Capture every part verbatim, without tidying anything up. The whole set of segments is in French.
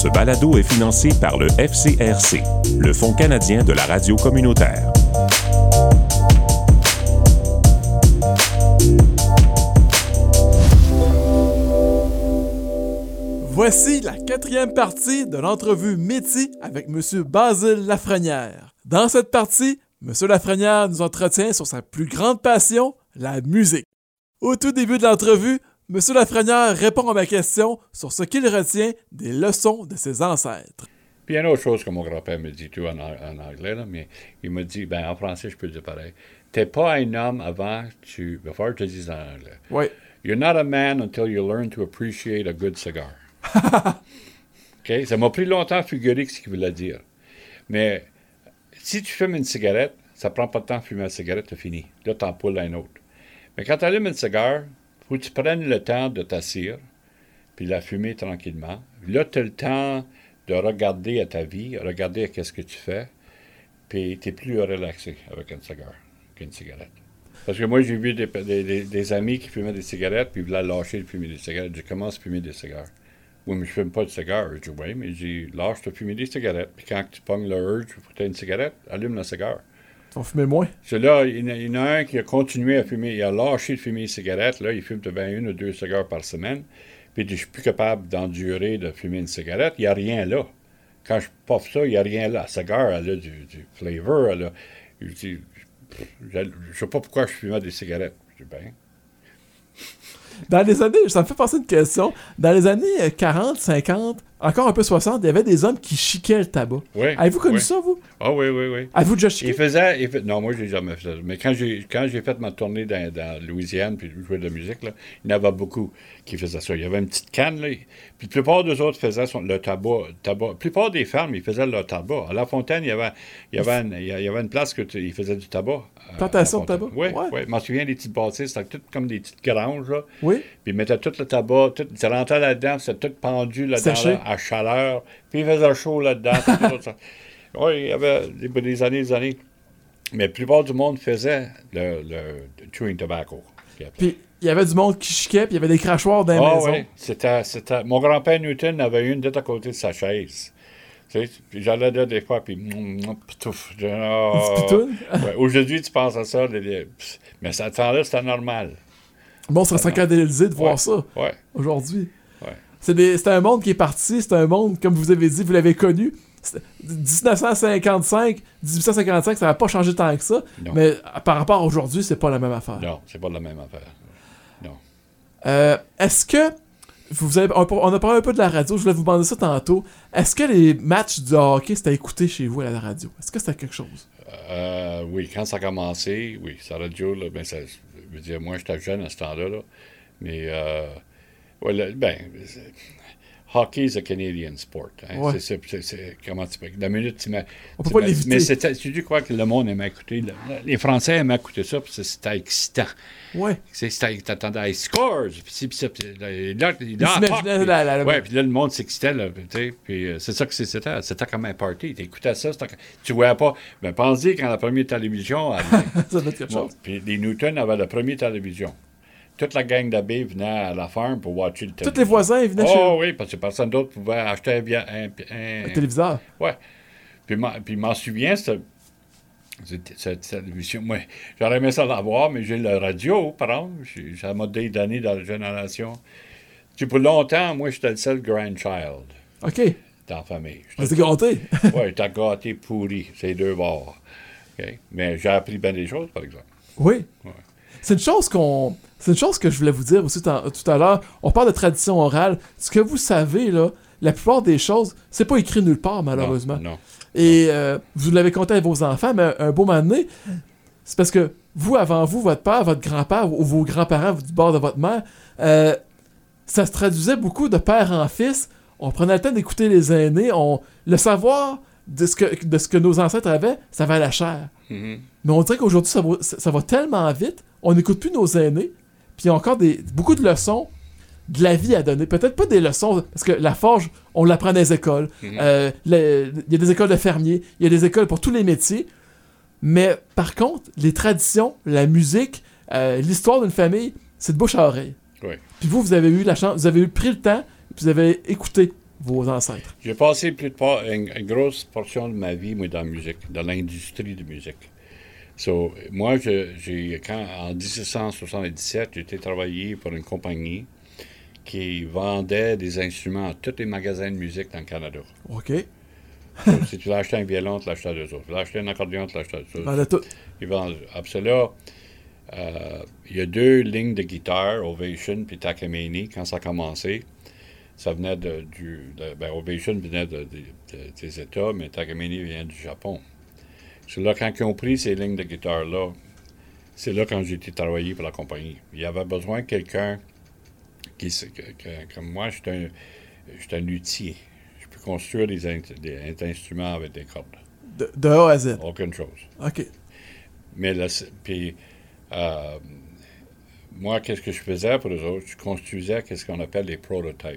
Ce balado est financé par le F C R C, le Fonds canadien de la radio communautaire. Voici la quatrième partie de l'entrevue métier avec M. Basile Lafrenière. Dans cette partie, M. Lafrenière nous entretient sur sa plus grande passion, la musique. Au tout début de l'entrevue, M. Lafrenière répond à ma question sur ce qu'il retient des leçons de ses ancêtres. Puis il y a une autre chose que mon grand-père me dit tout en, en anglais, là, mais il me dit, ben en français, je peux le dire pareil. T'es pas un homme avant que tu... Il va falloir que je te dise en anglais. Oui. You're not a man until you learn to appreciate a good cigar. OK? Ça m'a pris longtemps à figurer ce qu'il voulait dire. Mais si tu fumes une cigarette, ça prend pas de temps de fumer une cigarette, t'as fini. Là, t'en poules un autre. Mais quand tu allumes une cigare, il faut que tu prennes le temps de t'assire, puis la fumer tranquillement. Là, tu as le temps de regarder à ta vie, regarder à ce que tu fais, puis tu es plus relaxé avec une cigare qu'une cigarette. Parce que moi, j'ai vu des, des, des, des amis qui fumaient des cigarettes, puis ils voulaient lâcher de fumer des cigarettes. J'ai commencé à fumer des cigares. Oui, mais je ne fume pas de cigares. Je dis, oui, mais j'ai lâche de fumer des cigarettes. Puis quand tu pognes le urge, il faut que tu aies une cigarette, allume la cigare. Tu vas fumer moins. Celui-là, il y en a un qui a continué à fumer, il a lâché de fumer des cigarettes. Là, il fume vingt une ou deux cigares par semaine. Puis je suis plus capable d'endurer de fumer une cigarette. Il n'y a rien là. Quand je poffe ça, il n'y a rien là. La cigare, elle a du, du flavor. Elle a, je dis, je ne sais pas pourquoi je fumais des cigarettes. Je dis, ben... Dans les années, ça me fait penser à une question. Dans les années quarante, cinquante, encore un peu soixante, il y avait des hommes qui chiquaient le tabac. Oui. Avez-vous connu oui. ça, vous? Ah oui, oui, oui. Avez-vous déjà chiqué? Il faisait, il fait, non, moi, je l'ai jamais fait. Mais quand j'ai, quand j'ai fait ma tournée dans, dans Louisiane, puis jouer de la musique, là, il y en avait beaucoup qui faisaient ça. Il y avait une petite canne, là. Puis la plupart des autres faisaient son, le tabac, tabac. La plupart des fermes, ils faisaient leur tabac. À La Fontaine, il y avait, il y avait, une, il y avait une place où ils faisaient du tabac. Plantation de tabac? Oui, ouais. oui. Je m'en souviens des petites bâtisses, c'était tout comme des petites granges, là. Oui. Puis ils mettaient tout le tabac, tout, ils rentraient là-dedans, c'était tout pendu là-dedans, là, à chaleur. Puis il faisait chaud là-dedans. Oui, il y avait des, des années des années. Mais la plupart du monde faisait le, le, le chewing tobacco. Puis il y avait du monde qui chiquait, puis il y avait des crachoirs dans les ah, maisons. Oui, c'était, c'était... Mon grand-père Newton avait une d'être à côté de sa chaise. Tu sais, puis j'allais là des fois, puis... Pitouf, oh, ouais, aujourd'hui, tu penses à ça, les, les, mais ça temps-là, c'était normal. Bon, ça serait scandalisé de voir ouais, ça ouais. aujourd'hui. Ouais. C'est, des, c'est un monde qui est parti, c'est un monde, comme vous avez dit, vous l'avez connu. dix-neuf cent cinquante-cinq, dix-huit cent cinquante-cinq, ça n'a pas changé tant que ça. Non. Mais par rapport à aujourd'hui, c'est pas la même affaire. Non, c'est pas la même affaire. Non. Euh, est-ce que vous avez, on a parlé un peu de la radio, je voulais vous demander ça tantôt. Est-ce que les matchs de hockey, c'était écouté chez vous à la radio? Est-ce que c'était quelque chose? Euh, oui, quand ça a commencé, oui, sa radio, là, ben, ça, je veux dire, moi, j'étais jeune à ce temps-là, là, mais, euh, ouais, là, ben, hockey is a Canadian sport. Hein? Ouais. C'est, c'est, c'est, comment tu peux... La minute, tu m'as... On peut pas l'éviter. Mais c'était, tu dis quoi que le monde aimait écouter? Le, les Français aimaient écouter ça, puis c'était excitant. Ouais. C'est, c'était, t'attendais à scores, puis c'est, puis ça, puis là, là, là, là, là, ouais, puis là, le monde s'excitait, là, tu sais, puis euh, c'est ça que c'était. C'était comme un party. T'écoutais ça, c'était, tu voyais pas... Ben, pense-y, quand la première télévision... Elle, ça doit être quelque chose. Puis les Newton avaient la première télévision. Toute la gang d'abbés venait à la ferme pour watcher le téléviseur. Tous les voisins venaient oh, chez vous. Oh oui, parce que personne d'autre pouvait acheter un... Un, un, un téléviseur. Oui. Puis, puis je m'en souviens, cette, cette télévision... Moi, j'aurais aimé ça l'avoir, mais j'ai le radio, par exemple. Ça m'a donné dans la génération. Puis pour longtemps, moi, j'étais le seul grandchild. OK. Dans la famille. T'es gâté. Oui, j'étais gâté pourri, ces deux bords. Okay? Mais j'ai appris bien des choses, par exemple. Oui. Ouais. C'est une chose qu'on... C'est une chose que je voulais vous dire aussi t- tout à l'heure. On parle de tradition orale. Ce que vous savez, là, la plupart des choses, c'est pas écrit nulle part, malheureusement. Non, non. Et euh, vous l'avez compté à vos enfants, mais un beau moment donné, c'est parce que vous, avant vous, votre père, votre grand-père ou vos grands-parents du bord de votre mère, euh, ça se traduisait beaucoup de père en fils. On prenait le temps d'écouter les aînés. On... Le savoir de ce, que, de ce que nos ancêtres avaient, ça valait cher. Mm-hmm. Mais on dirait qu'aujourd'hui, ça va, ça va tellement vite, on n'écoute plus nos aînés. Puis il y a encore des, beaucoup de leçons de la vie à donner. Peut-être pas des leçons, parce que la forge, on l'apprend dans les écoles. Il mm-hmm. euh, y a des écoles de fermiers, il y a des écoles pour tous les métiers. Mais par contre, les traditions, la musique, euh, l'histoire d'une famille, c'est de bouche à oreille. Oui. Puis vous, vous avez eu la chance, vous avez eu pris le temps, puis vous avez écouté vos ancêtres? J'ai passé plus de part, une, une grosse portion de ma vie, moi, dans la musique, dans l'industrie de musique. So, moi, je, j'ai, quand, en dix-sept cent soixante-dix-sept, j'ai été travailler pour une compagnie qui vendait des instruments à tous les magasins de musique dans le Canada. OK. So, si tu veux acheter un violon, tu l'achètes à deux autres. Si tu veux acheter un accordéon, tu l'achètes à deux autres. Vendait tout. Ils vendent. Après cela, euh, il y a deux lignes de guitare, Ovation puis Takamine, quand ça a commencé. Ça venait de, du... De, ben, Ovation venait de, de, de, des États, mais Takamine vient du Japon. C'est là, quand ils ont pris ces lignes de guitare-là, c'est là quand j'ai été travailler pour la compagnie. Il y avait besoin de quelqu'un qui... Que, que, comme moi, j'étais un, j'étais un luthier. Je peux construire des, in, des instruments avec des cordes. De, de A à Z. Aucune chose. OK. Mais là, puis... Euh, moi, qu'est-ce que je faisais pour eux autres? Je construisais ce qu'on appelle les prototypes.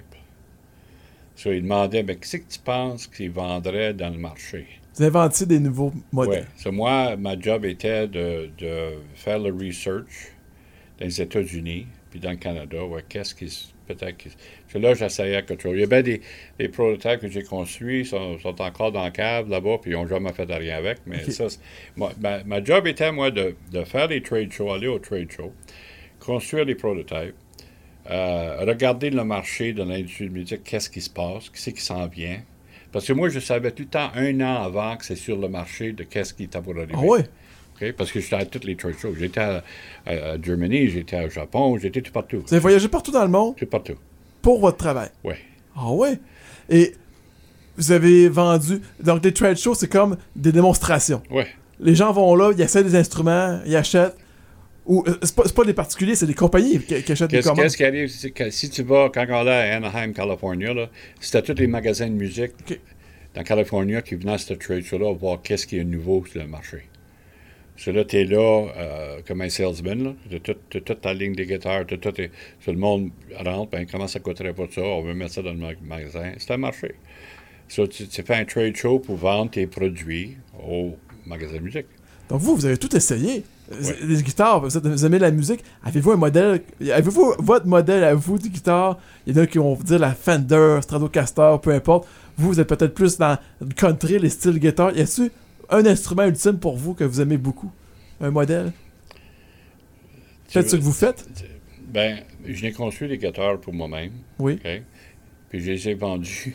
So, ils demandaient, mais qu'est-ce que tu penses qu'ils vendraient dans le marché? Vous inventiez des nouveaux modèles. Oui. So, moi, ma job était de, de faire le research dans les États-Unis puis dans le Canada. Ouais, qu'est-ce qui peut-être... Qu so, là, j'essayais quelque chose. Il y a bien des, des prototypes que j'ai construits, sont, sont encore dans la cave là-bas, puis ils n'ont jamais fait rien avec. Mais okay. ça, moi, ma, ma job était, moi, de, de faire des trade shows, aller au trade show, construire des prototypes, euh, regarder le marché de l'industrie de musique, qu'est-ce qui se passe, qu'est-ce qui s'en vient. Parce que moi, je savais tout le temps, un an avant, que c'est sur le marché de qu'est-ce qui était pour arriver. Ah oui? Okay? Parce que j'étais à toutes les trade shows. J'étais à, à, à Germany, j'étais au Japon, j'étais tout partout. Vous avez voyagé partout dans le monde? Tout partout. Pour votre travail? Oui. Ah oui? Et vous avez vendu... Donc, les trade shows, c'est comme des démonstrations. Oui. Les gens vont là, ils essaient des instruments, ils achètent... Ou, c'est pas, c'est pas des particuliers, c'est des compagnies qui, qui achètent qu'est-ce, des commandes. Qu'est-ce qui arrive? C'est que si tu vas, quand on allait à Anaheim, Californie, là, c'était tous les magasins de musique okay. dans Californie qui venaient à ce trade show-là voir qu'est-ce qui est nouveau sur le marché. So là, tu es là euh, comme un salesman, tu as toute, toute ta ligne de guitare, tout, tout, tout le monde rentre, ben, comment ça coûterait pas ça, on veut mettre ça dans le magasin. C'est un marché. So, tu, tu fais un trade show pour vendre tes produits au magasin de musique. Donc vous, vous avez tout essayé. Ouais. Les guitares, vous aimez la musique. Avez-vous un modèle, avez-vous votre modèle à vous de guitare? Il y en a qui vont vous dire la Fender, Stratocaster, peu importe. Vous, vous êtes peut-être plus dans le country, les styles guitare. Y a-t-il un instrument ultime pour vous que vous aimez beaucoup? Un modèle? Peut-être ce que vous faites? Ben, je n'ai construit des guitares pour moi-même. Oui. Okay? Puis je les ai vendus.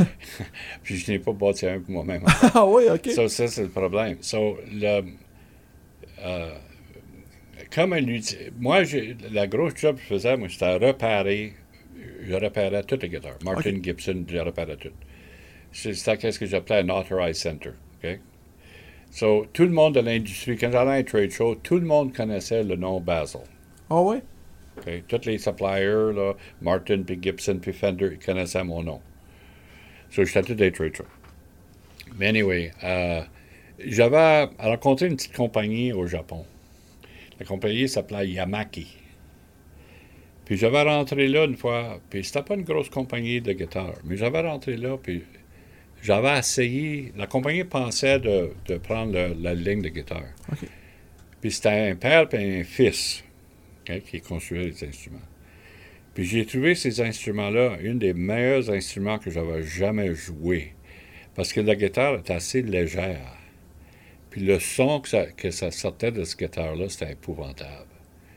Puis je n'ai pas bâti un pour moi-même. Ah oui, OK. So, ça, c'est le problème. So, le, euh, comme un luthier, moi, j'ai, la grosse job que je faisais, moi, c'était à réparer, je réparais toutes les guitares. Martin okay. Gibson, je réparais toutes. C'était ce que j'appelais un Authorized Center. Okay? So, tout le monde de l'industrie, quand j'allais à un trade show, tout le monde connaissait le nom Basil. Ah oui? Okay. Tous les suppliers, là, Martin, puis Gibson, puis Fender, ils connaissaient mon nom. So, j'étais à tous les trade shows. Mais anyway, euh, j'avais rencontré une petite compagnie au Japon. La compagnie s'appelait Yamaki. Puis j'avais rentré là une fois, puis c'était pas une grosse compagnie de guitare, mais j'avais rentré là, puis j'avais essayé, la compagnie pensait de, de prendre le, la ligne de guitare. Okay. Puis c'était un père et un fils. Okay, qui construisait les instruments. Puis j'ai trouvé ces instruments-là un des meilleurs instruments que j'avais jamais joué. Parce que la guitare est assez légère. Puis le son que ça, que ça sortait de cette guitare-là, c'était épouvantable.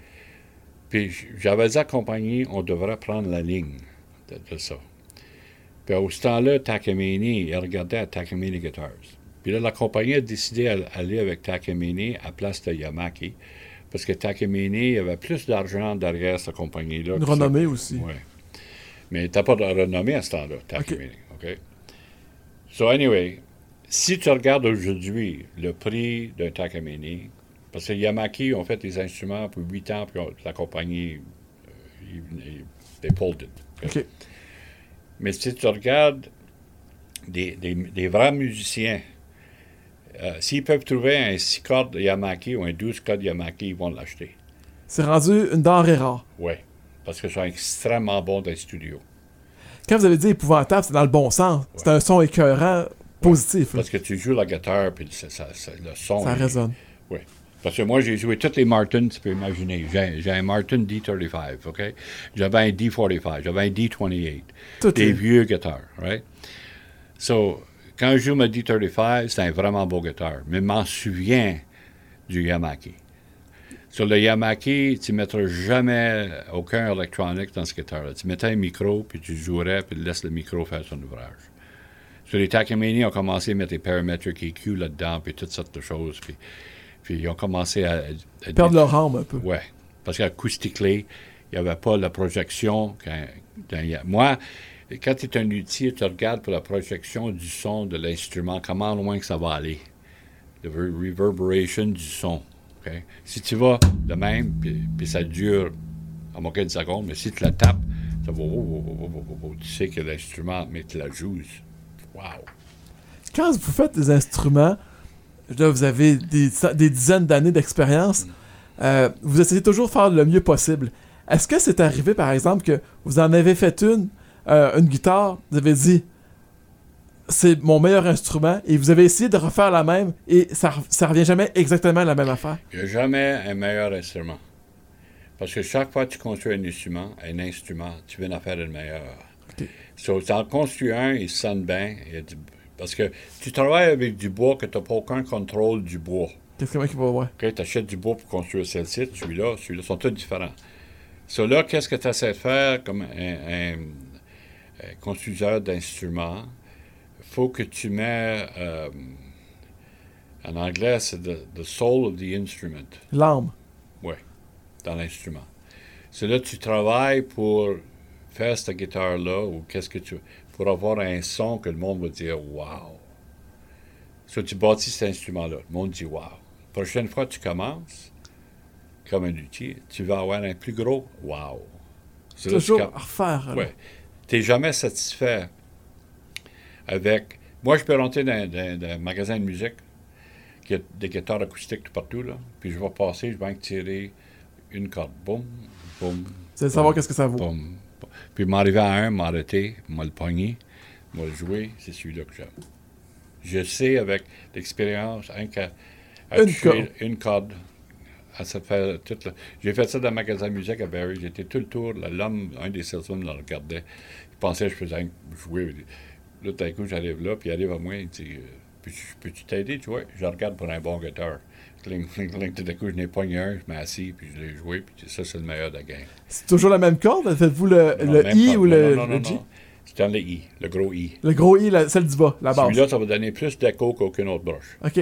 Puis j'avais dit à la compagnie, on devrait prendre la ligne de, de ça. Puis au ce temps-là, Takamine, il regardait à Takamine Guitars. Puis là, la compagnie a décidé d'aller avec Takamine à place de Yamaki. Parce que Takamine, il y avait plus d'argent derrière cette compagnie-là. Une renommée ça. aussi. Oui. Mais tu n'as pas de renommée à ce temps-là, Takamine. OK. OK? So, anyway, si tu regardes aujourd'hui le prix d'un Takamine, parce que Yamaki ont fait des instruments pour huit ans, puis la compagnie, euh, ils, they pulled it. OK? OK. Mais si tu regardes des, des, des vrais musiciens, Euh, s'ils peuvent trouver un six cordes Yamaki ou un douze cordes Yamaki, ils vont l'acheter. C'est rendu une denrée rare. Oui, parce que c'est extrêmement bon dans les studios. Quand vous avez dit épouvantable, c'est dans le bon sens. Ouais. C'est un son écœurant, positif. Ouais, parce que tu joues la guitare, puis ça, ça, ça, le son... Ça il, résonne. Oui. Parce que moi, j'ai joué toutes les Martin, tu peux imaginer. J'ai, j'ai un Martin D trente-cinq, OK? J'avais un D quarante-cinq, j'avais un D vingt-huit. Tout des est- vieux guitares, right? So, quand je joue ma D trente-cinq, c'est un vraiment beau guitare. Mais je m'en souviens du Yamaki. Sur le Yamaki, tu ne mettras jamais aucun électronique dans ce guitare-là. Tu mettais un micro, puis tu jouerais, puis tu laisses le micro faire son ouvrage. Sur les Takamine, ils ont commencé à mettre des parametric E Q là-dedans, puis toutes sortes de choses. Puis, puis ils ont commencé à... à Perdre leur âme un peu. Oui, parce qu'acoustiquement, il n'y avait pas la projection. Qu'un, qu'un, moi, quand tu es un luthier, tu regardes pour la projection du son de l'instrument, comment loin que ça va aller. La reverberation du son. Okay? Si tu vas de même, puis, puis ça dure à moitié de seconde, mais si tu la tapes, ça va... Oh, oh, oh, oh, oh, oh, tu sais que l'instrument, mais tu la joues. Wow! Quand vous faites des instruments, là, vous avez des, des dizaines d'années d'expérience, euh, vous essayez toujours de faire le mieux possible. Est-ce que c'est arrivé, par exemple, que vous en avez fait une, euh, une guitare, vous avez dit c'est mon meilleur instrument, et vous avez essayé de refaire la même, et ça, ça revient jamais exactement à la même affaire? Il n'y a jamais un meilleur instrument. Parce que chaque fois que tu construis un instrument, un instrument, tu viens d'en faire le meilleur. Okay. So, tu en construis un, il sonne bien. Il y a du... Parce que tu travailles avec du bois que tu n'as pas aucun contrôle du bois. Qu'est-ce que moi qui va voir? Okay, tu achètes du bois pour construire celle-ci, celui-là, celui-là, sont tous différents. So, là, qu'est-ce que tu essaies de faire comme un, un, un constructeur d'instruments? Il faut que tu mets, euh, en anglais, c'est the, the soul of the instrument. L'âme. Oui, dans l'instrument. C'est là que tu travailles pour faire cette guitare-là, ou qu'est-ce que tu... pour avoir un son que le monde va dire « wow ». So, tu bâtis cet instrument-là, le monde dit « wow ». La prochaine fois que tu commences, comme un luthier, tu vas avoir un plus gros « wow ». C'est là que tu Toujours com- à refaire. Ouais. Tu n'es jamais satisfait avec... Moi, je peux rentrer dans, dans, dans un magasin de musique qui a des guitares acoustiques tout partout, là, puis je vais passer, je vais en tirer une corde. Boum, boum. C'est de savoir qu'est-ce que ça vaut. Boum, boum. Puis m'arriver à un, m'arrêter, m'a le pogner, m'a le jouer, c'est celui-là que j'aime. Je sais avec l'expérience, un qu'à à Une toucher corde. une corde, à se faire toute la... J'ai fait ça dans le magasin de musique à Barrie. J'étais tout le tour, là, l'homme, un des salesmen le regardait. Il pensait que je faisais jouer. Là, tout à coup, j'arrive là, puis il arrive à moi, il dit euh, Peux-tu, peux-tu t'aider, tu vois? Je regarde pour un bon guitare. Cling, cling, cling, tout à coup, je n'ai pogné un, je m'ai assis, puis je l'ai joué, puis ça, c'est le meilleur de la game. C'est toujours la même corde? Faites-vous le, Non, le même I pas. ou Non, le, non, non, le non, G? non. C'est dans le I, le gros I. Le gros I, la, celle du bas, la base. Celui-là, ça va donner plus d'écho qu'aucune autre broche. OK.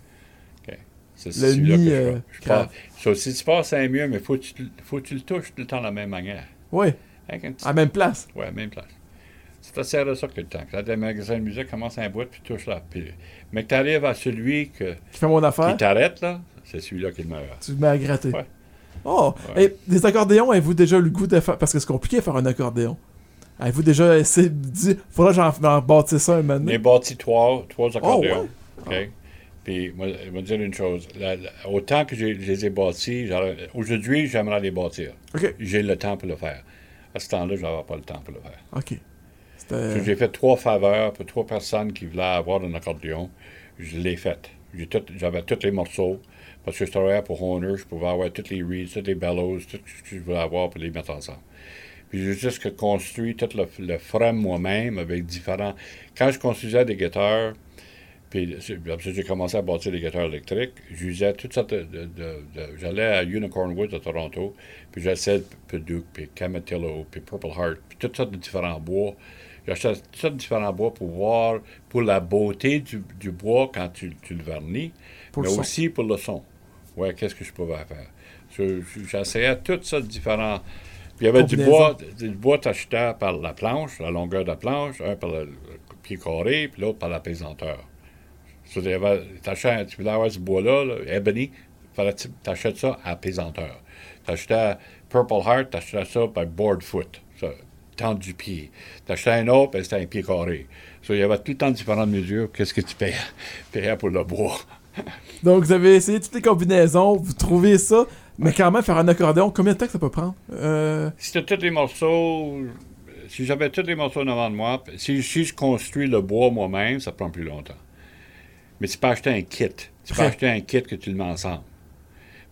OK. C'est Le celui-là Mi, que je euh, fais. Je grave. passe- So, si tu passes un mieux, mais il faut, que tu- faut que tu le touches tout le temps de la même manière. Oui, Hein, quand tu- à la même place. Ouais, même place. C'est assez de ça que le temps. Quand le magasin de musique commence un bout, puis tu touches là. Puis... Mais que tu arrives à celui que... Qui fait mon affaire, qui t'arrête, là, c'est celui-là qui est le meilleur. tu te mets à gratter. Ouais. Oh! Ouais. Et des accordéons, avez-vous déjà eu le goût de faire... Parce que c'est compliqué de faire un accordéon. Avez-vous déjà essayé de dire... Faudra que j'en, j'en bâtisse ça un moment On donné? est bâti trois, trois accordéons. Oh, ouais? OK? Puis, moi, je vais te dire une chose. La- la- autant que j'ai- je les ai bâtis, j'aurais- aujourd'hui, j'aimerais les bâtir. OK. J'ai le temps pour le faire. À ce temps-là, je n'avais pas le temps pour le faire. OK. So, C'était... j'ai fait trois faveurs pour trois personnes qui voulaient avoir un accordéon. Je l'ai fait. J'ai tout- j'avais tous les morceaux. Parce que je travaillais pour Horner, je pouvais avoir tous les reeds, tous les bellows, tout ce que je voulais avoir pour les mettre ensemble. Puis j'ai juste que construit tout le, le frame moi-même avec différents... Quand je construisais des guitares, puis c'est- puis après ça, j'ai commencé à bâtir des guitares électriques, j'usais toutes sortes de... de- de- de- j'allais à Unicorn Woods à Toronto, puis j'essayais puis Duke, puis Camatillo, puis Purple Heart, puis toutes sortes de différents bois. J'achetais toutes sortes de différents bois pour voir, pour la beauté du, du bois quand tu, tu le vernis, Pour le mais son. aussi pour le son. Ouais, qu'est-ce que je pouvais faire? Je- je- J'essayais toutes sortes de différents... Puis il y avait du Combinaison. bois, du bois t'achetais par la planche, la longueur de la planche, un par le, le pied carré, puis l'autre par la pesanteur. So, il y avait- t'achetais- tu voulais avoir ce bois-là, là, ebony, fallait que tu t'achètes ça à pesanteur. T'achetais Purple Heart, t'achetais ça par board foot, ça, temps du pied. T'achetais un autre, ben, c'était un pied carré. So, il y avait tout le temps différentes mesures. Qu'est-ce que tu payais? payais pour le bois. Donc, vous avez essayé toutes les combinaisons, vous trouvez ça, mais quand même, faire un accordéon, combien de temps que ça peut prendre? Euh... Si tu as tous les morceaux, si j'avais tous les morceaux devant de moi, si, si je construis le bois moi-même, ça prend plus longtemps. Mais tu peux acheter un kit. Tu peux Prêt. acheter un kit que tu le mets ensemble.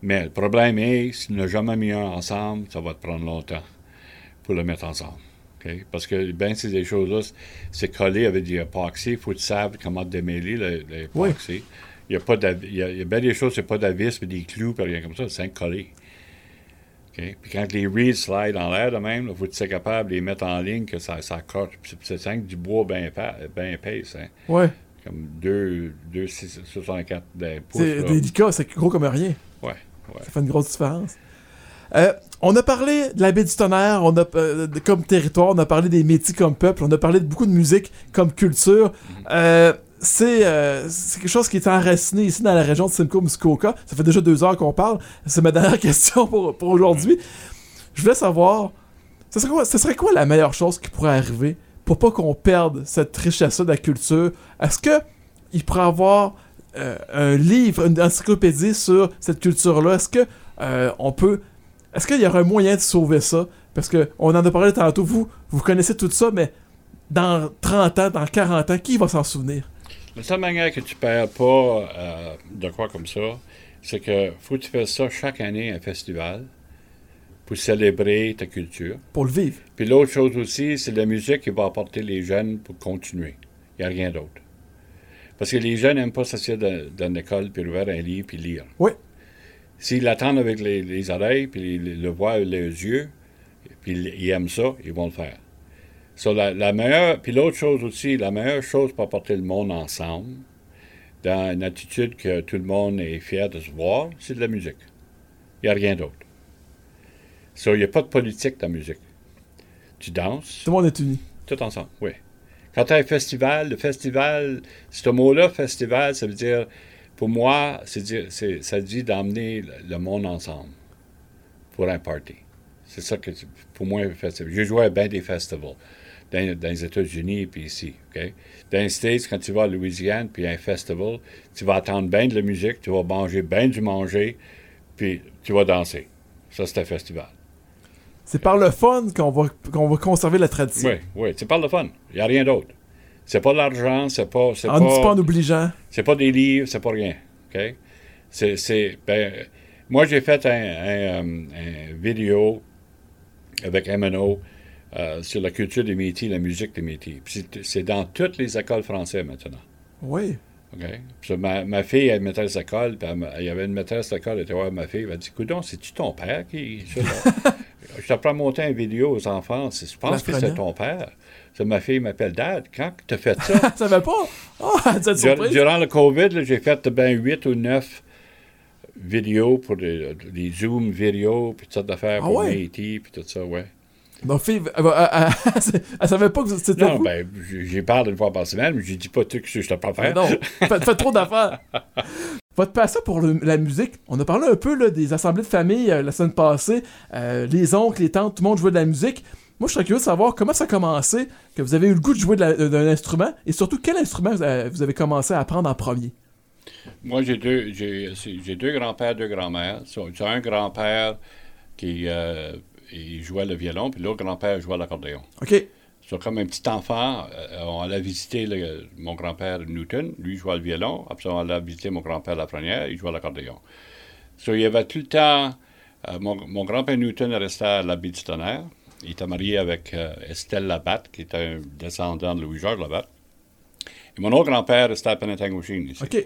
Mais le problème est, si tu n'as jamais mis un ensemble, ça va te prendre longtemps pour le mettre ensemble. Okay? Parce que, ben, c'est des choses-là, c'est collé avec du époxy. Il faut que tu saches comment démêler l'époxy. Oui. Il y a pas il y a, il y a bien des choses, c'est pas d'avis, mais des clous, puis rien comme ça, c'est collé. Okay? Puis quand les reeds slide en l'air de même, il faut que tu sois capable de les mettre en ligne, que ça, ça coche. Puis c'est simple, du bois bien épaisse. Hein? Oui. Comme deux virgule soixante-quatre pouces. C'est délicat, c'est gros comme rien. Oui, oui. Ça fait une grosse différence. Euh, on a parlé de la baie du Tonnerre, on a, euh, de, comme territoire, on a parlé des métiers comme peuple, on a parlé de beaucoup de musique comme culture. Mm-hmm. Euh, c'est, euh, c'est quelque chose qui est enraciné ici dans la région de Simcoe-Muskoka. Ça fait déjà deux heures qu'on parle. C'est ma dernière question pour, pour aujourd'hui. Je voulais savoir, ce serait, quoi, ce serait quoi la meilleure chose qui pourrait arriver pour pas qu'on perde cette richesse-là de la culture? Est-ce qu'il pourrait y avoir euh, un livre, une encyclopédie sur cette culture-là? Est-ce que euh, on peut... Est-ce qu'il y aurait un moyen de sauver ça? Parce qu'on en a parlé tantôt, vous, vous connaissez tout ça, mais dans trente ans, dans quarante ans, qui va s'en souvenir? La seule manière que tu ne perds pas euh, de quoi comme ça, c'est que faut que tu fasses ça chaque année, un festival, pour célébrer ta culture. Pour le vivre. Puis l'autre chose aussi, c'est la musique qui va apporter les jeunes pour continuer. Il n'y a rien d'autre. Parce que les jeunes n'aiment pas s'asseoir dans, dans l'école, puis ouvrir un livre, puis lire. Oui. S'ils l'attendent avec les, les oreilles, puis le, le voient avec les yeux, puis ils aiment ça, ils vont le faire. So, la, la meilleure, puis l'autre chose aussi, la meilleure chose pour apporter le monde ensemble, dans une attitude que tout le monde est fier de se voir, c'est de la musique. Il n'y a rien d'autre. So, il n'y a pas de politique dans la musique. Tu danses. Tout le monde est uni. Tout ensemble, oui. Quand tu as un festival, le festival, ce mot-là, festival, ça veut dire... Pour moi, c'est dire, c'est, ça dit d'emmener le monde ensemble pour un party. C'est ça que, pour moi, un festival. J'ai joué à bien des festivals dans, dans les États-Unis puis ici. Okay? Dans les States, quand tu vas à Louisiane puis un festival, tu vas attendre bien de la musique, tu vas manger bien du manger, puis tu vas danser. Ça, c'est un festival. C'est par le fun qu'on va, qu'on va conserver la tradition. Oui, oui, c'est par le fun. Il n'y a rien d'autre. C'est pas de l'argent, c'est pas... C'est en, pas, c'est pas en obligeant. C'est pas des livres, c'est pas rien. OK? C'est... c'est ben, moi, j'ai fait un, un, un, un vidéo avec M and O euh, sur la culture des Métis, la musique des Métis. Puis c'est, c'est dans toutes les écoles françaises maintenant. Oui. OK? Puis ma, ma fille, elle est maîtresse d'école, puis il y avait une maîtresse d'école, elle était voir ma fille, elle m'a dit, coudonc, c'est-tu ton père qui... Je t'apprends à monter une vidéo aux enfants, je pense que c'est ton père. Ça, ma fille m'appelle Dad. Quand tu as fait ça? Ça va pas? Oh, c'est surprise. Durant le COVID, là, j'ai fait ben huit ou neuf vidéos pour des, des Zoom vidéos, puis toutes sortes d'affaires ah pour ouais? Métis, puis tout ça, ouais. Ma fille, elle, elle, elle, elle savait pas que c'était Non, vous? ben, j'y parle une fois par semaine, mais je dis pas tout que je te pas faire. Non, faites, faites trop d'affaires. Votre passion pour le, la musique, on a parlé un peu là, des assemblées de famille euh, la semaine passée, euh, les oncles, les tantes, tout le monde jouait de la musique. Moi, je serais curieux de savoir comment ça a commencé, que vous avez eu le goût de jouer de la, d'un instrument, et surtout, quel instrument vous avez, vous avez commencé à apprendre en premier? Moi, j'ai deux, j'ai, j'ai deux grands-pères, deux grands-mères. J'ai un grand-père qui euh, il jouait le violon, puis l'autre grand-père jouait l'accordéon. OK. So, comme un petit enfant, euh, on allait visiter le, mon grand-père Newton, lui jouait le violon. Après, on allait visiter mon grand-père Lafrenière, il jouait l'accordéon. So, il y avait tout le temps... Euh, mon, mon grand-père Newton restait à la Baie du Tonnerre. Il était marié avec euh, Estelle Labatte, qui était un descendant de Louis-Georges Labatte. Et mon autre grand-père restait à Penetanguishene, ici. OK.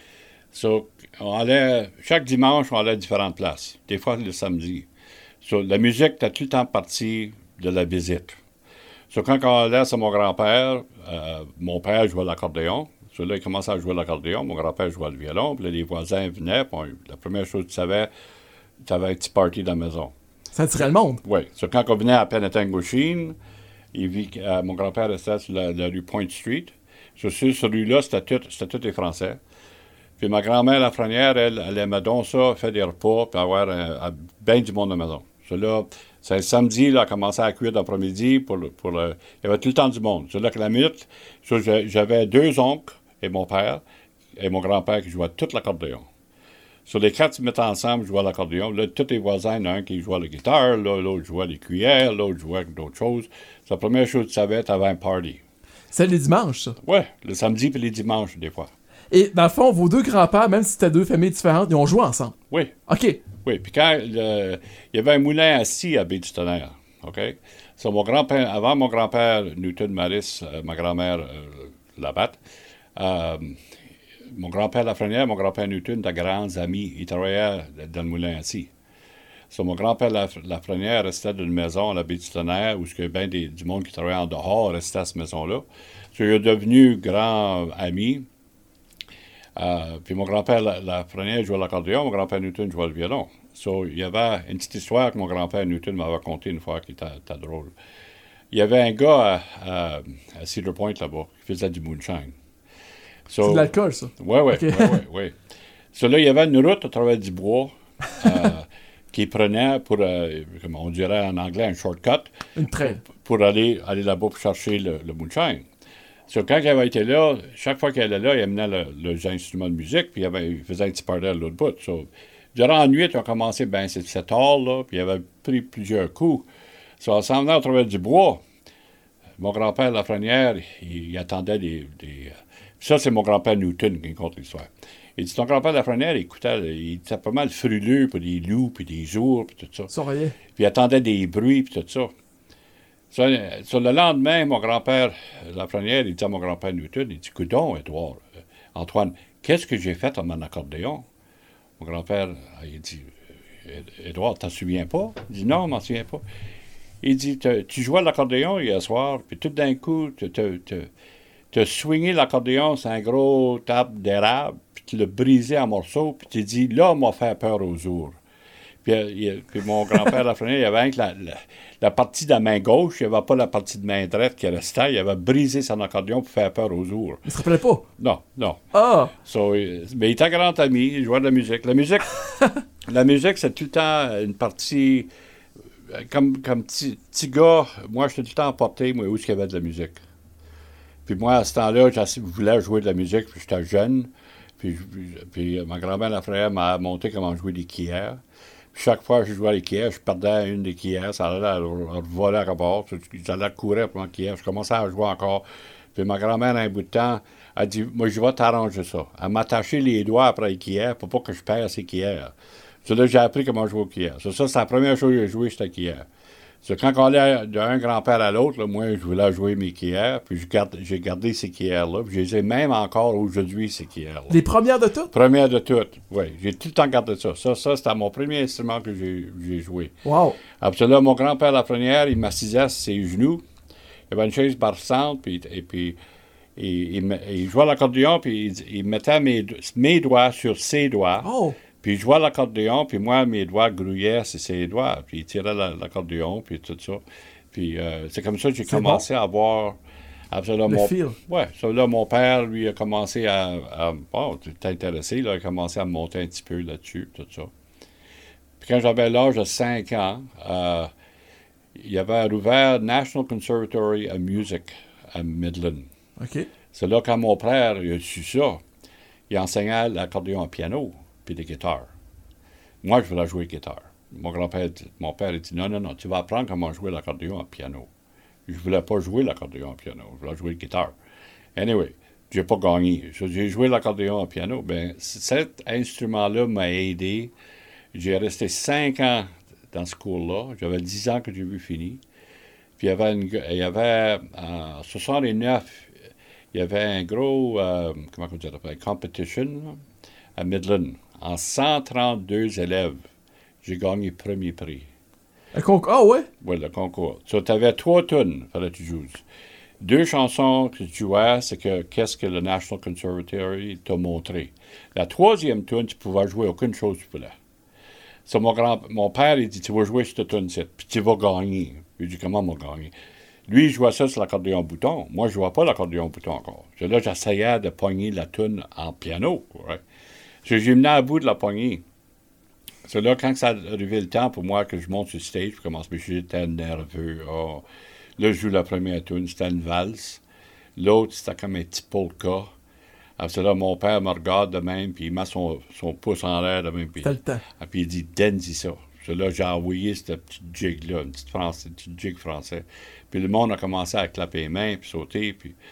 So, on allait... Chaque dimanche, on allait à différentes places. Des fois, le samedi. So, la musique était tout le temps partie de la visite. So, quand on allait à mon grand-père, euh, mon père jouait l'accordéon. So, là, il commençait à jouer l'accordéon. Mon grand-père jouait le violon. Puis là, les voisins venaient. Puis la première chose que tu savais, tu avais un petit party dans la maison. Ça attirait le monde. Oui. So, quand on venait à Penetanguishene, il vit, euh, mon grand-père restait sur la, la rue Point Street. So, sur cette rue-là, c'était tout, c'était tous les Français. Puis ma grand-mère Lafrenière, elle, elle aimait donc ça, faire des repas, puis avoir un, bien du monde à la maison. So, là, c'est un samedi, là, elle commençait à cuire l'après-midi pour le, pour le... Il y avait tout le temps du monde. C'est là que la minute, so, j'avais deux oncles et mon père et mon grand-père qui jouaient tout l'accordéon. Sur les quatre se mettaient ensemble, jouaient l'accordéon. Là, tous les voisins, il y en a un qui jouait la guitare, là, l'autre jouait les cuillères, l'autre jouait d'autres choses. C'est la première chose que tu savais, tu avais un party. C'est les dimanches, ça? Oui, le samedi puis les dimanches, des fois. Et dans le fond, vos deux grands-pères, même si c'était deux familles différentes, ils ont joué ensemble. Oui. OK. Oui, puis quand le- il y avait un moulin à scie à Baie-du-Tonnerre, OK? So, mon grand-père, avant mon grand-père Newton Maris, euh, ma grand-mère euh, Labatte, euh, mon grand-père Lafrenière, mon grand-père Newton étaient grands amis. Ils travaillaient dans le moulin à scie. So, mon grand-père Laf- Lafrenière restait dans une maison à la Baie-du-Tonnerre où il y avait bien des- du monde qui travaillait en dehors restait à cette maison-là. So, il est devenu grand ami. Euh, puis mon grand-père La- Lafrenière jouait l'accordéon, mon grand-père Newton jouait le violon. So, il y avait une petite histoire que mon grand-père Newton m'avait racontée une fois qui était, était drôle. Il y avait un gars à, à- à Cedar Point là-bas qui faisait du moonshine. So, C'est de l'alcool, ça. Oui, oui, Ok. oui, oui, oui. So, là, il y avait une route à travers du bois euh, qu'il prenait pour, euh, comme on dirait en anglais, un shortcut, Une traîne. pour aller, aller là-bas pour chercher le, le moonshine. So, quand il avait été là, chaque fois qu'il allait là, il amenait le, le- instruments de musique, puis il, avait, il faisait un petit party à l'autre bout. So, durant la nuit, ils ont commencé, ben, c'est sept heures, là, puis il avait pris plusieurs coups. So, en s'en venant au travers du bois, mon grand-père Lafrenière, il, il attendait des... des ça, c'est mon grand-père Newton qui compte l'histoire. Il dit, ton grand-père Lafrenière, il écoutait, il était pas mal frileux pour des loups, puis des ours, puis tout ça. Surveillait. Puis il attendait des bruits, puis tout ça. Sur, sur le lendemain, mon grand-père Lafrenière, il dit à mon grand-père Newton, il dit, coudonc, Édouard, euh, Antoine, qu'est-ce que j'ai fait à mon accordéon? Mon grand-père, il dit, Édouard, t'en souviens pas? Il dit, non, je m'en souviens pas. Il dit, Te- tu jouais à l'accordéon hier soir, puis tout d'un coup, tu as swingé l'accordéon sur un gros table d'érable, puis tu l'as brisé en morceaux, puis tu dis, là, on m'a fait peur aux ours. Puis, euh, il- puis mon grand-père Lafrenière, il avait rien que la, la, la partie de la main gauche, il n'y avait pas la partie de main droite qui restait, il avait brisé son accordéon pour faire peur aux ours. Il se rappelait pas. Non, non. Ah! So, euh, mais il était un grand ami, il jouait de la musique. La musique, la musique, c'est tout le temps une partie... euh, Comme, comme petit, petit gars, moi, j'étais tout le temps emporté, moi, où est-ce qu'il y avait de la musique. Puis moi, à ce temps-là, je voulais jouer de la musique, puis j'étais jeune. Puis, puis, puis ma grand-mère Lafrenière m'a montré comment jouer des cuillères. Puis chaque fois que je jouais à les cuillères, je perdais une des cuillères, ça allait à voler à rebord, j'allais courir pour ma cuillère, je commençais à jouer encore. Puis ma grand-mère, un bout de temps, a dit, moi, je vais t'arranger ça. Elle m'a attaché les doigts après les cuillères pour pas que je perde ces cuillères. C'est là que j'ai appris comment jouer aux cuillères. C'est ça, c'est la première chose que j'ai joué, c'était cuillère. C'est quand on allait d'un grand-père à l'autre, là, moi, je voulais jouer mes cuillères, puis je garde, j'ai gardé ces cuillères-là, puis je les ai même encore aujourd'hui, ces cuillères-là. Les premières de toutes? Première de toutes, oui. J'ai tout le temps gardé ça. Ça, ça c'était mon premier instrument que j'ai, j'ai joué. Wow! Après là, mon grand-père Lafrenière, il m'assisait sur ses genoux. Il avait une chaise berçante, puis, et puis il, il, me- il jouait à l'accordéon, puis il, il mettait mes, mes doigts sur ses doigts. Oh! Puis je jouais à l'accordéon, puis moi, mes doigts grouillaient sur ses doigts. Puis il tirait la- l'accordéon, puis tout ça. Puis euh, c'est comme ça que j'ai C'est commencé à avoir... Après là, Le mon, feel. ouais, ça, là, mon père, lui, a commencé à... à bon, t'es intéressé, là, il a commencé à me monter un petit peu là-dessus, tout ça. Puis quand j'avais l'âge de cinq ans, euh, il y avait rouvert National Conservatory of Music à Midland. OK. C'est là, quand mon frère il a su ça, il enseignait l'accordéon à piano puis des guitares. Moi, je voulais jouer guitare. Mon grand-père, dit- mon père, il dit, non, non, non, tu vas apprendre comment jouer l'accordéon à piano. Je voulais pas jouer l'accordéon à piano, je voulais jouer la guitare. Anyway, j'ai pas gagné. So, j'ai joué l'accordéon à piano. Ben, c- cet instrument-là m'a aidé. J'ai resté cinq ans dans ce cours-là. J'avais dix ans que j'ai vu fini. Puis il y avait, une g- il y avait en soixante-neuf, il y avait un gros, euh, comment on dit ça, competition là, à Midland. En cent trente-deux élèves, j'ai gagné premier prix. Un concours. Ah ouais? Oui, le concours. So, tu avais trois tunes, fallait que tu joues. Deux chansons que tu jouais, c'est que qu'est-ce que le National Conservatory t'a montré. La troisième tune, tu pouvais jouer aucune chose que tu voulais. So, mon, grand, mon père, il dit, tu vas jouer cette tune-ci, puis tu vas gagner. Il dit, comment moi gagner? Lui, il jouait ça sur l'accordéon bouton. Moi, je ne jouais pas l'accordéon bouton encore. So, là, j'essayais de pogner la tune en piano. Ouais. So, j'ai mené à bout de la poignée. C'est là, quand ça arrivé le temps pour moi que je monte sur le stage, je commence, mais j'étais nerveux. Oh. Là, je joue la première tune, c'était une valse. L'autre, c'était comme un petit polka. Alors, c'est là, mon père me regarde de même, puis il met son, son pouce en l'air de même, puis, T'as le temps. ah, puis il dit, donne-y ça. C'est là, j'ai envoyé cette petite jig-là, une petite, français, une petite jig française. Puis le monde a commencé à clapper les mains, puis sauter, puis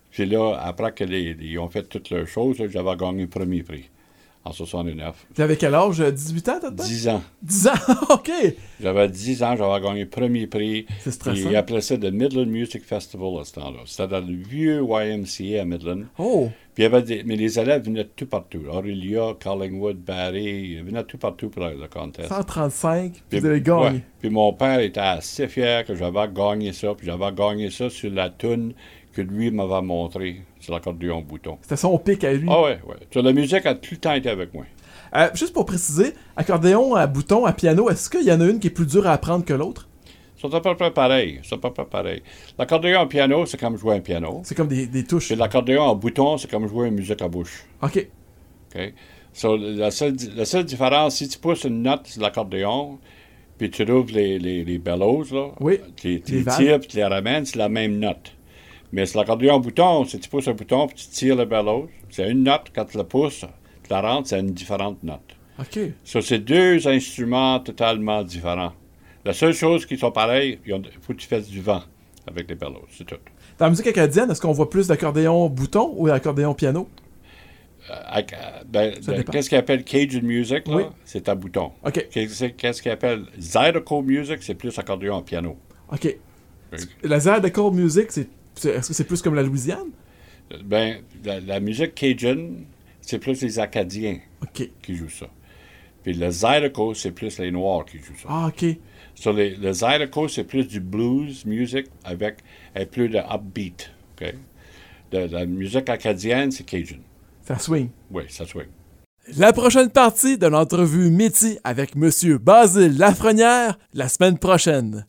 Puis là, après qu'ils ont fait toutes leurs choses, là, j'avais gagné le premier prix en soixante-neuf. Tu avais quel âge? dix-huit ans, t'as dix ans. dix ans, OK. J'avais dix ans, j'avais gagné le premier prix. C'est stressant. Ils appelaient ça le Midland Music Festival à ce temps-là. C'était dans le vieux Y M C A à Midland. Oh! Puis il y avait des, mais les élèves venaient de tout partout. Aurelia, Collingwood, Barrie, ils venaient de tout partout pour le contest. cent trente-cinq, puis Puis, vous avez gagné. ouais. Puis mon père était assez fier que j'avais gagné ça. Puis j'avais gagné ça sur la toune que lui m'avait montré sur l'accordéon bouton. C'était son pic à lui. Ah ouais, ouais. Sur la musique a tout le temps été avec moi. Euh, juste pour préciser, accordéon à bouton, à piano, est-ce qu'il y en a une qui est plus dure à apprendre que l'autre? Ils sont à peu près pareils. Ils sont à peu près pareils. L'accordéon au piano, c'est comme jouer un piano. C'est comme des, des touches. Puis l'accordéon en bouton, c'est comme jouer une musique à bouche. OK. OK? So, la, seule, la seule différence, si tu pousses une note sur l'accordéon, puis tu rouvres les, les, les bellows, là, Oui. tu, tu Les les valves. tires puis tu les ramènes, c'est la même note. Mais sur l'accordéon en bouton, si tu pousses un bouton puis tu tires le bellows, c'est une note. Quand tu la pousses, tu la rentres, c'est une différente note. OK. So, c'est deux instruments totalement différents. La seule chose qui sont pareils, il faut que tu fasses du vent avec les bellows, c'est tout. Dans la musique acadienne, est-ce qu'on voit plus d'accordéon bouton ou d'accordéon piano? Euh, avec, euh, ben, Ça de- dépend. qu'est-ce qu'ils appellent Cajun music, là, Oui. c'est à bouton. OK. Qu'est-ce qu'est-ce qu'ils appellent Zydeco music, c'est plus accordéon en piano. OK. Oui. La Zère de Cold Music, c'est, c'est- est-ce que c'est plus comme la Louisiane? Ben, la, la musique Cajun, c'est plus les Acadiens OK. qui jouent ça. Puis le Zydeco, c'est plus les Noirs qui jouent ça. Ah, OK. Sur les, le Zydeco, c'est plus du blues music avec et plus de upbeat. OK? De, la musique acadienne, c'est Cajun. Ça swing. Oui, ça swing. La prochaine partie de l'entrevue Métis avec Monsieur Basile Lafrenière la semaine prochaine.